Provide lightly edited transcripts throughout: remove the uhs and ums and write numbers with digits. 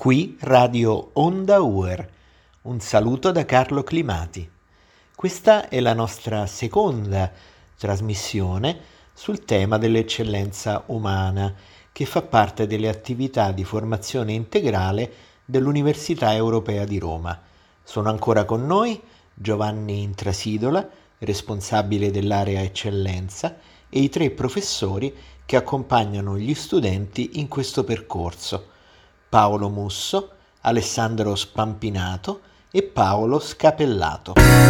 Qui Radio Onda UR. Un saluto da Carlo Climati. Questa è la nostra seconda trasmissione sul tema dell'eccellenza umana, che fa parte delle attività di formazione integrale dell'Università Europea di Roma. Sono ancora con noi Giovanni Intrasidola, responsabile dell'area eccellenza, e i 3 professori che accompagnano gli studenti in questo percorso: Paolo Musso, Alessandro Spampinato e Paolo Scapellato.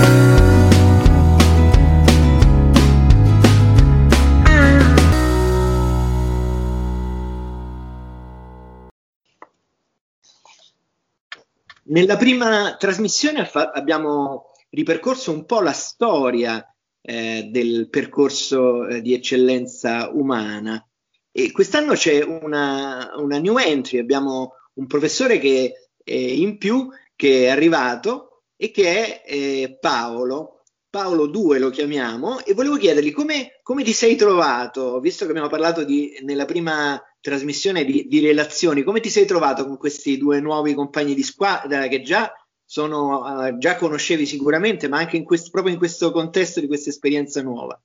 Nella prima trasmissione abbiamo ripercorso un po' la storia del percorso di eccellenza umana, e quest'anno c'è una new entry. Abbiamo un professore che in più, che è arrivato, e che è Paolo 2 lo chiamiamo, e volevo chiedergli come ti sei trovato, visto che abbiamo parlato nella prima trasmissione di relazioni. Come ti sei trovato con questi 2 nuovi compagni di squadra che già conoscevi sicuramente, ma anche proprio in questo contesto di questa esperienza nuova?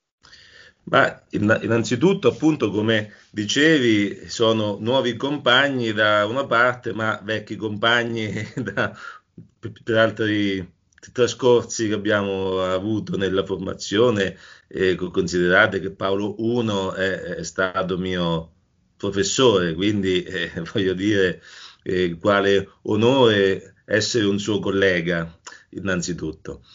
Ma innanzitutto, appunto, come dicevi, sono nuovi compagni da una parte, ma vecchi compagni per altri trascorsi che abbiamo avuto nella formazione. Considerate che Paolo I è stato mio professore, quindi voglio dire, quale onore essere un suo collega, innanzitutto.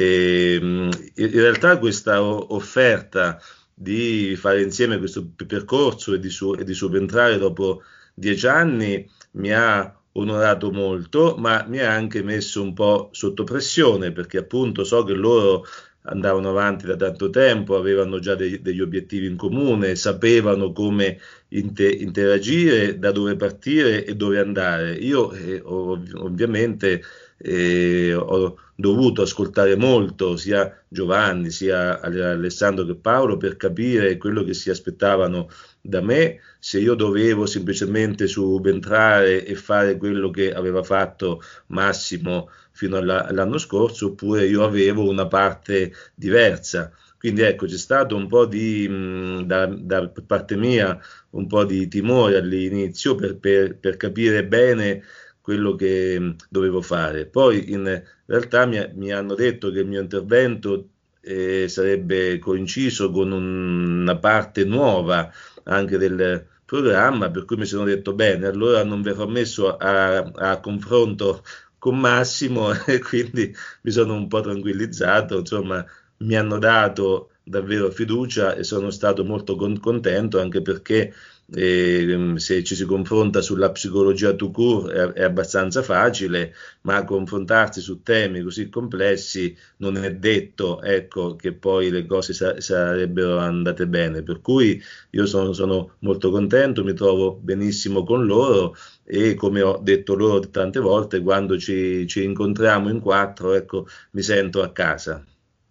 In realtà questa offerta di fare insieme questo percorso e di subentrare dopo 10 anni mi ha onorato molto, ma mi ha anche messo un po' sotto pressione, perché appunto so che loro andavano avanti da tanto tempo, avevano già degli obiettivi in comune, sapevano come interagire, da dove partire e dove andare. Io ovviamente ho dovuto ascoltare molto sia Giovanni, sia Alessandro che Paolo, per capire quello che si aspettavano da me, se io dovevo semplicemente subentrare e fare quello che aveva fatto Massimo fino all'anno scorso, oppure io avevo una parte diversa. Quindi ecco, c'è stato un po' da parte mia, un po' di timore all'inizio per capire bene quello che dovevo fare. Poi in realtà mi hanno detto che il mio intervento sarebbe coinciso con una parte nuova anche del programma, per cui mi sono detto bene, allora non verrò messo a confronto con Massimo e quindi mi sono un po' tranquillizzato. Insomma, mi hanno dato davvero fiducia e sono stato molto contento, anche perché se ci si confronta sulla psicologia tout court è abbastanza facile, ma confrontarsi su temi così complessi non è detto, ecco, che poi le cose sarebbero andate bene. Per cui io sono molto contento, mi trovo benissimo con loro, e come ho detto loro tante volte, quando ci incontriamo in 4, ecco, mi sento a casa.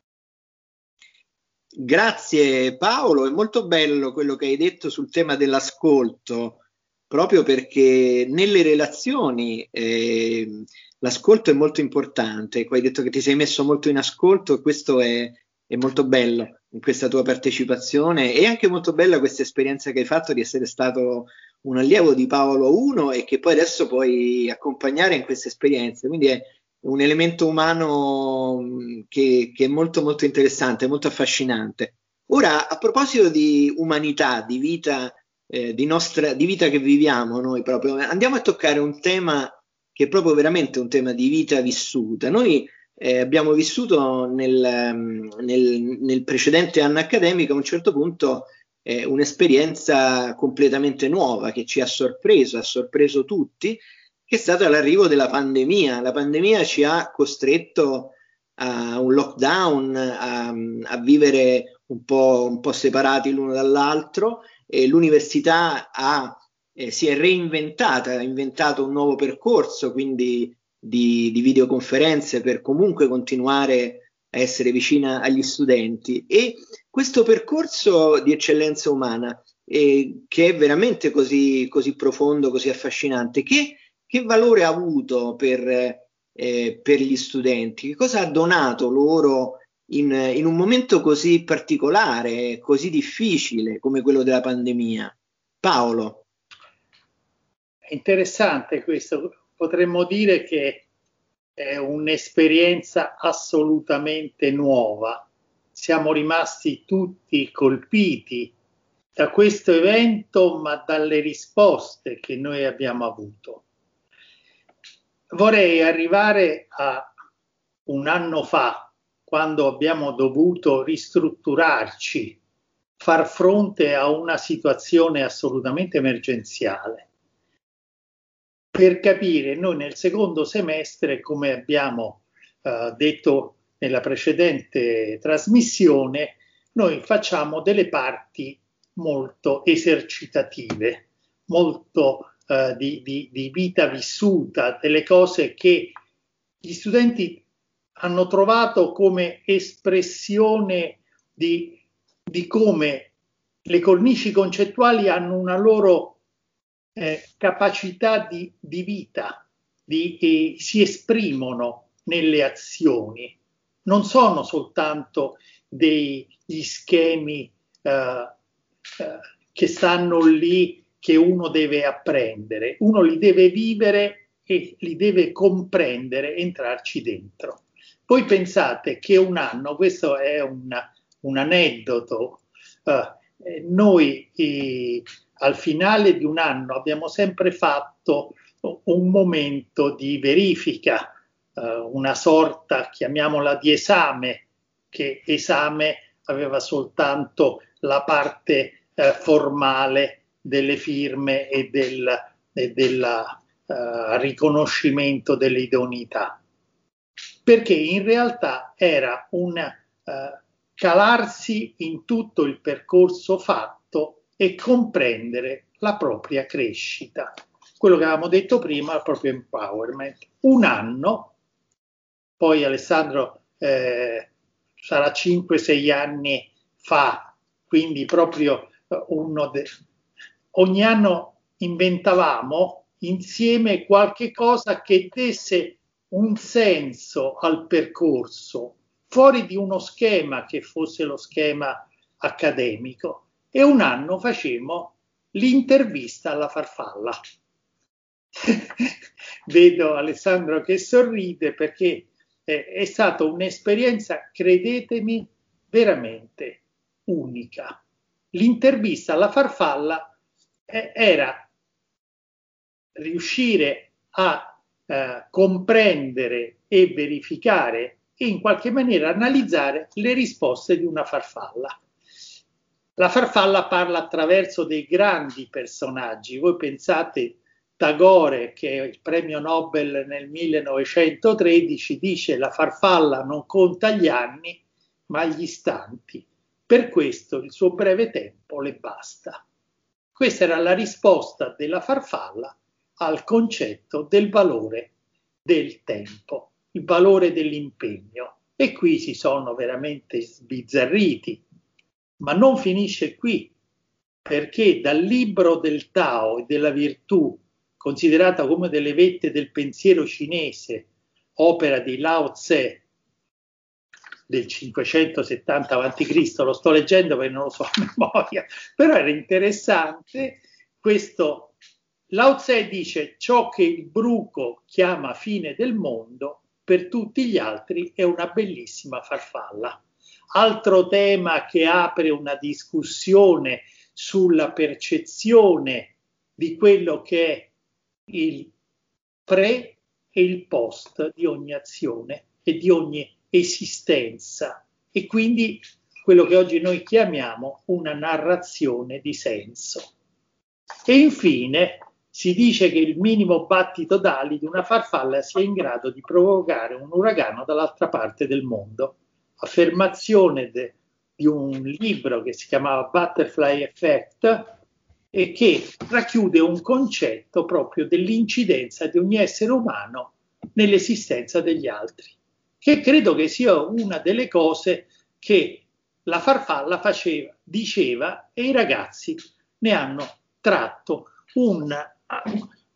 Grazie Paolo, è molto bello quello che hai detto sul tema dell'ascolto, proprio perché nelle relazioni l'ascolto è molto importante. Poi hai detto che ti sei messo molto in ascolto, e questo è molto bello in questa tua partecipazione, e anche molto bella questa esperienza che hai fatto di essere stato un allievo di Paolo I e che poi adesso puoi accompagnare in queste esperienze. Quindi è un elemento umano che è molto molto interessante, molto affascinante. Ora, a proposito di umanità, di vita, di vita che viviamo noi proprio, andiamo a toccare un tema che è proprio veramente un tema di vita vissuta. Noi abbiamo vissuto nel precedente anno accademico, a un certo punto, un'esperienza completamente nuova che ci ha sorpreso tutti, che è stata l'arrivo della pandemia. La pandemia ci ha costretto a un lockdown, a vivere un po' separati l'uno dall'altro, e l'università si è reinventata, ha inventato un nuovo percorso, quindi di videoconferenze, per comunque continuare a essere vicina agli studenti. E questo percorso di eccellenza umana, che è veramente così profondo, così affascinante, che che valore ha avuto per gli studenti? Che cosa ha donato loro in un momento così particolare, così difficile come quello della pandemia? Paolo. È interessante questo, potremmo dire che è un'esperienza assolutamente nuova. Siamo rimasti tutti colpiti da questo evento, ma dalle risposte che noi abbiamo avuto. Vorrei arrivare a un anno fa, quando abbiamo dovuto ristrutturarci, far fronte a una situazione assolutamente emergenziale. Per capire, noi nel secondo semestre, come abbiamo detto nella precedente trasmissione, noi facciamo delle parti molto esercitative, molto di vita vissuta, delle cose che gli studenti hanno trovato come espressione di come le cornici concettuali hanno una loro capacità di vita, si esprimono nelle azioni, non sono soltanto degli schemi che stanno lì che uno deve apprendere, uno li deve vivere e li deve comprendere, entrarci dentro. Voi pensate che un anno, questo è un aneddoto, noi al finale di un anno abbiamo sempre fatto un momento di verifica, una sorta, chiamiamola, di esame, che esame aveva soltanto la parte formale delle firme e del riconoscimento delle idoneità, perché in realtà era un calarsi in tutto il percorso fatto e comprendere la propria crescita, quello che avevamo detto prima, il proprio empowerment. Un anno, poi Alessandro sarà 5-6 anni fa, quindi proprio ogni anno inventavamo insieme qualche cosa che desse un senso al percorso, fuori di uno schema che fosse lo schema accademico, e un anno facemmo l'intervista alla farfalla. Vedo Alessandro che sorride, perché è stata un'esperienza, credetemi, veramente unica. L'intervista alla farfalla era riuscire a comprendere e verificare e in qualche maniera analizzare le risposte di una farfalla. La farfalla parla attraverso dei grandi personaggi. Voi pensate, Tagore, che è il premio Nobel nel 1913, dice: la farfalla non conta gli anni ma gli istanti, per questo il suo breve tempo le basta. Questa era la risposta della farfalla al concetto del valore del tempo, il valore dell'impegno. E qui si sono veramente sbizzarriti, ma non finisce qui, perché dal libro del Tao e della virtù, considerata come delle vette del pensiero cinese, opera di Lao Tse del 570 a.C., lo sto leggendo perché non lo so a memoria, però era interessante. Questo Lao Tse dice: ciò che il bruco chiama fine del mondo, per tutti gli altri è una bellissima farfalla. Altro tema che apre una discussione sulla percezione di quello che è il pre e il post di ogni azione e di ogni esistenza, e quindi quello che oggi noi chiamiamo una narrazione di senso. E infine si dice che il minimo battito d'ali di una farfalla sia in grado di provocare un uragano dall'altra parte del mondo. Affermazione di un libro che si chiamava Butterfly Effect e che racchiude un concetto proprio dell'incidenza di ogni essere umano nell'esistenza degli altri, che credo che sia una delle cose che la farfalla diceva, e i ragazzi ne hanno tratto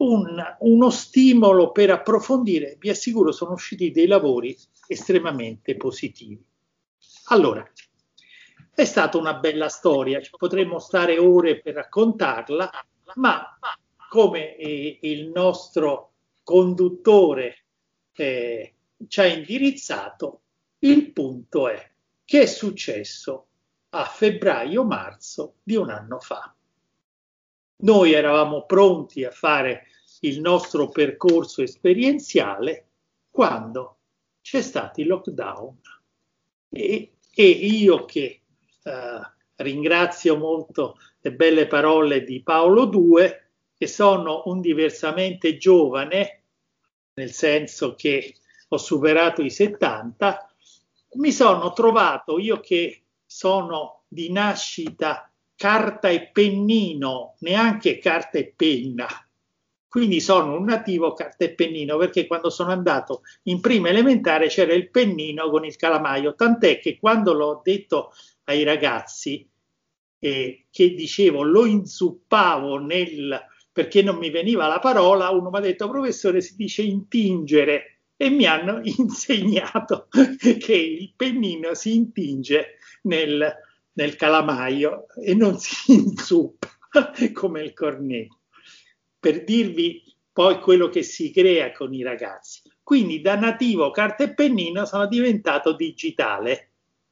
uno stimolo per approfondire. Vi assicuro, sono usciti dei lavori estremamente positivi. Allora, è stata una bella storia, potremmo stare ore per raccontarla, ma come il nostro conduttore ci ha indirizzato, il punto è che è successo a febbraio-marzo di un anno fa. Noi eravamo pronti a fare il nostro percorso esperienziale quando c'è stato il lockdown e io che ringrazio molto le belle parole di Paolo II, che sono un diversamente giovane, nel senso che ho superato i 70, mi sono trovato, io che sono di nascita carta e pennino, neanche carta e penna, quindi sono un nativo carta e pennino, perché quando sono andato in prima elementare c'era il pennino con il calamaio, tant'è che quando l'ho detto ai ragazzi che dicevo lo inzuppavo perché non mi veniva la parola, uno mi ha detto: professore, si dice intingere, e mi hanno insegnato che il pennino si intinge nel calamaio e non si inzuppa come il cornetto, per dirvi poi quello che si crea con i ragazzi. Quindi da nativo carta e pennino sono diventato digitale.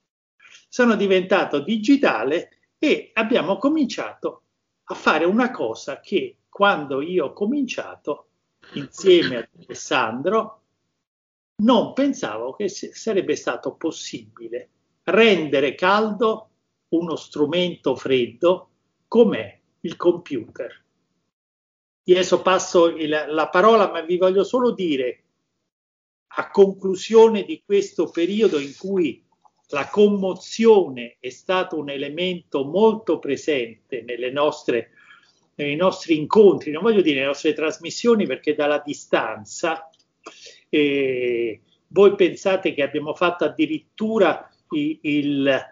E abbiamo cominciato a fare una cosa che quando io ho cominciato insieme ad Alessandro non pensavo che sarebbe stato possibile rendere caldo uno strumento freddo com'è il computer. Io adesso passo la parola, ma vi voglio solo dire, a conclusione di questo periodo in cui la commozione è stato un elemento molto presente nei nostri incontri, non voglio dire nelle nostre trasmissioni, perché dalla distanza voi pensate che abbiamo fatto addirittura il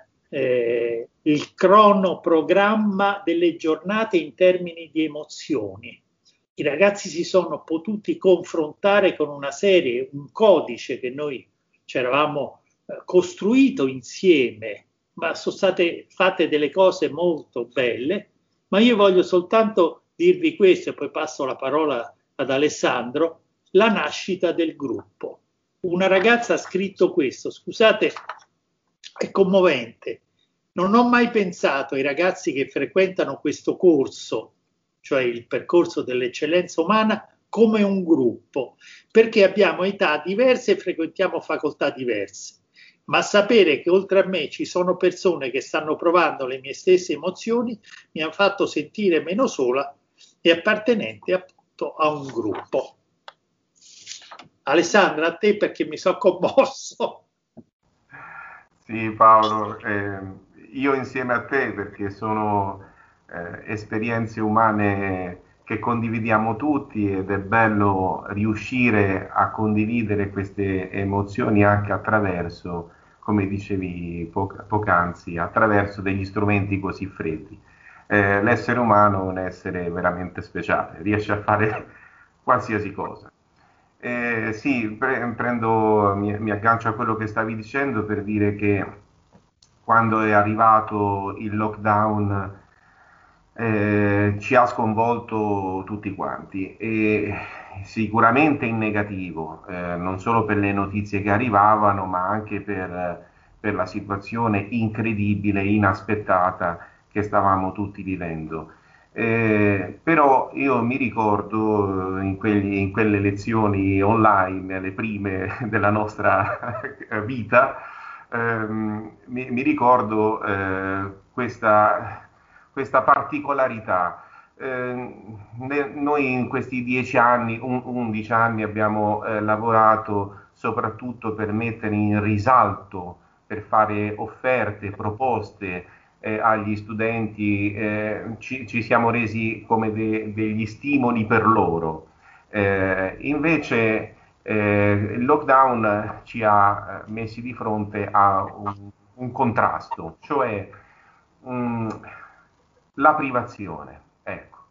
cronoprogramma delle giornate in termini di emozioni. I ragazzi si sono potuti confrontare con una serie, un codice che noi ci eravamo costruito insieme, ma sono state fatte delle cose molto belle. Ma io voglio soltanto dirvi questo, e poi passo la parola ad Alessandro: la nascita del gruppo. Una ragazza ha scritto questo, scusate, è commovente. Non ho mai pensato ai ragazzi che frequentano questo corso, cioè il percorso dell'eccellenza umana, come un gruppo, perché abbiamo età diverse e frequentiamo facoltà diverse. Ma sapere che oltre a me ci sono persone che stanno provando le mie stesse emozioni mi ha fatto sentire meno sola e appartenente appunto a un gruppo. Alessandra, a te, perché mi sono commosso. Sì, Paolo, io insieme a te, perché sono esperienze umane che condividiamo tutti, ed è bello riuscire a condividere queste emozioni anche attraverso, come dicevi poc'anzi, attraverso degli strumenti così freddi. L'essere umano è un essere veramente speciale, riesce a fare qualsiasi cosa. Sì, mi aggancio a quello che stavi dicendo per dire che quando è arrivato il lockdown ci ha sconvolto tutti quanti, e sicuramente in negativo, non solo per le notizie che arrivavano, ma anche per la situazione incredibile, inaspettata che stavamo tutti vivendo. Però io mi ricordo in quelle lezioni online, le prime della nostra vita, mi ricordo questa particolarità. Noi in questi 10 anni, 11 anni abbiamo lavorato soprattutto per mettere in risalto, per fare offerte, proposte agli studenti, ci siamo resi come degli stimoli per loro. Invece il lockdown ci ha messi di fronte a un contrasto, cioè la privazione. Ecco.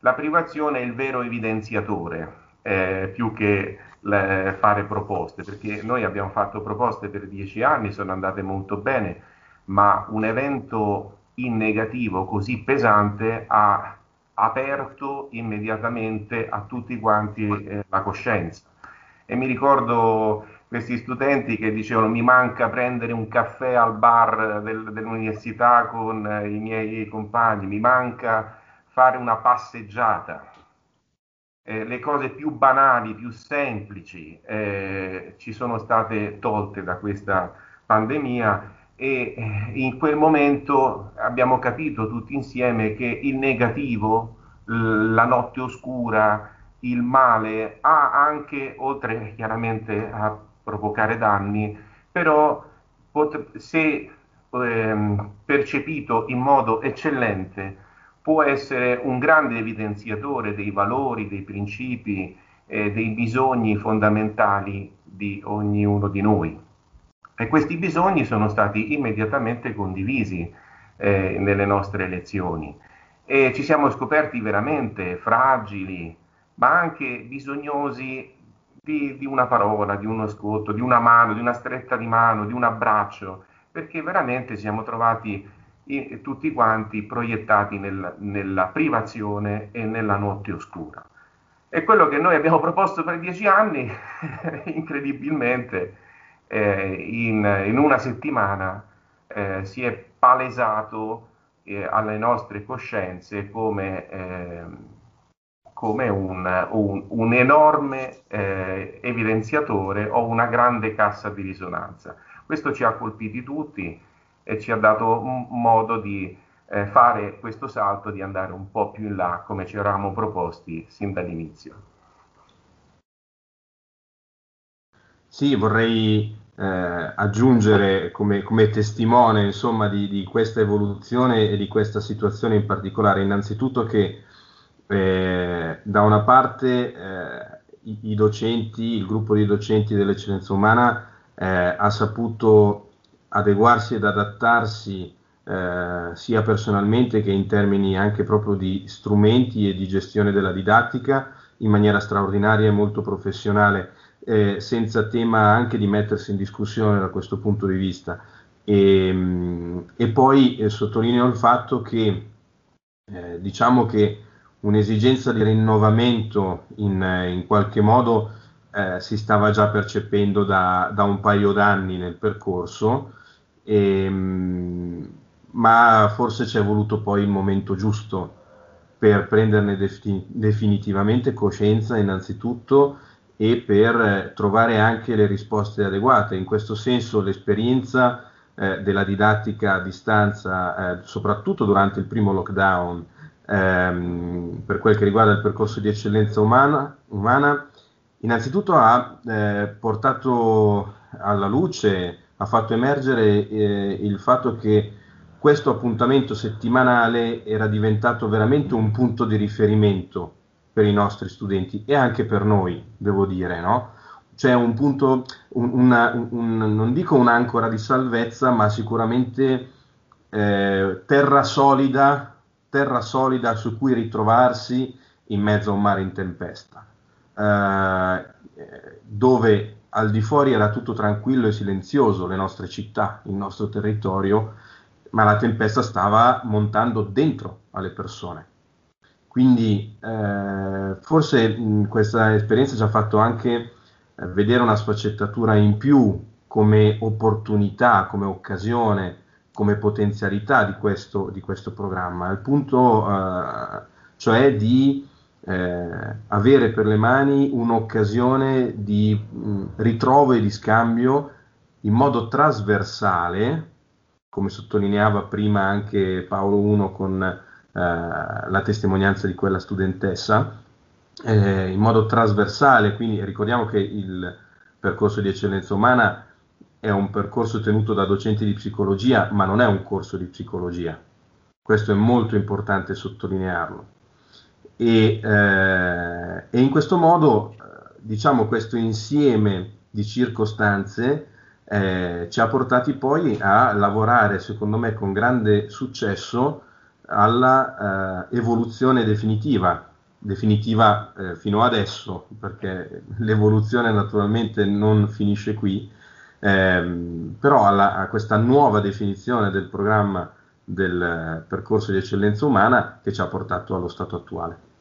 la privazione è il vero evidenziatore, più che fare proposte, perché noi abbiamo fatto proposte per 10 anni, sono andate molto bene, ma un evento in negativo così pesante ha aperto immediatamente a tutti quanti la coscienza. E mi ricordo questi studenti che dicevano: mi manca prendere un caffè al bar dell'università con i miei compagni, mi manca fare una passeggiata. Le cose più banali, più semplici ci sono state tolte da questa pandemia, e in quel momento abbiamo capito tutti insieme che il negativo, la notte oscura, il male ha anche, oltre chiaramente a provocare danni, però se percepito in modo eccellente può essere un grande evidenziatore dei valori, dei principi, dei bisogni fondamentali di ognuno di noi. E questi bisogni sono stati immediatamente condivisi nelle nostre lezioni, e ci siamo scoperti veramente fragili, ma anche bisognosi di una parola, di uno ascolto, di una mano, di una stretta di mano, di un abbraccio, perché veramente siamo trovati tutti quanti proiettati nella privazione e nella notte oscura. E quello che noi abbiamo proposto per 10 anni, incredibilmente, in una settimana si è palesato alle nostre coscienze come un enorme evidenziatore o una grande cassa di risonanza. Questo ci ha colpiti tutti e ci ha dato un modo di fare questo salto, di andare un po' più in là, come ci eravamo proposti sin dall'inizio. Sì, vorrei aggiungere come testimone, insomma, di questa evoluzione e di questa situazione in particolare, innanzitutto che da una parte i docenti, il gruppo di docenti dell'eccellenza umana ha saputo adeguarsi ed adattarsi sia personalmente che in termini anche proprio di strumenti e di gestione della didattica in maniera straordinaria e molto professionale, senza tema anche di mettersi in discussione da questo punto di vista. E poi sottolineo il fatto che diciamo che un'esigenza di rinnovamento in qualche modo si stava già percependo da un paio d'anni nel percorso, ma forse ci è voluto poi il momento giusto per prenderne definitivamente coscienza innanzitutto, e per trovare anche le risposte adeguate. In questo senso l'esperienza della didattica a distanza, soprattutto durante il primo lockdown, per quel che riguarda il percorso di eccellenza umana, innanzitutto ha portato alla luce, ha fatto emergere il fatto che questo appuntamento settimanale era diventato veramente un punto di riferimento per i nostri studenti e anche per noi, devo dire, no? Cioè un punto, non dico un'ancora di salvezza, ma sicuramente terra solida su cui ritrovarsi in mezzo a un mare in tempesta, dove al di fuori era tutto tranquillo e silenzioso, le nostre città, il nostro territorio, ma la tempesta stava montando dentro alle persone. Quindi forse questa esperienza ci ha fatto anche vedere una sfaccettatura in più come opportunità, come occasione, come potenzialità di questo programma, al punto cioè di avere per le mani un'occasione di ritrovo e di scambio in modo trasversale, come sottolineava prima anche Paolo I con la testimonianza di quella studentessa, in modo trasversale. Quindi ricordiamo che il percorso di eccellenza umana è un percorso tenuto da docenti di psicologia, ma non è un corso di psicologia. Questo è molto importante sottolinearlo. E in questo modo, diciamo, questo insieme di circostanze ci ha portati poi a lavorare, secondo me, con grande successo alla evoluzione definitiva definitiva fino adesso, perché l'evoluzione naturalmente non finisce qui, però a questa nuova definizione del programma del percorso di eccellenza umana che ci ha portato allo stato attuale.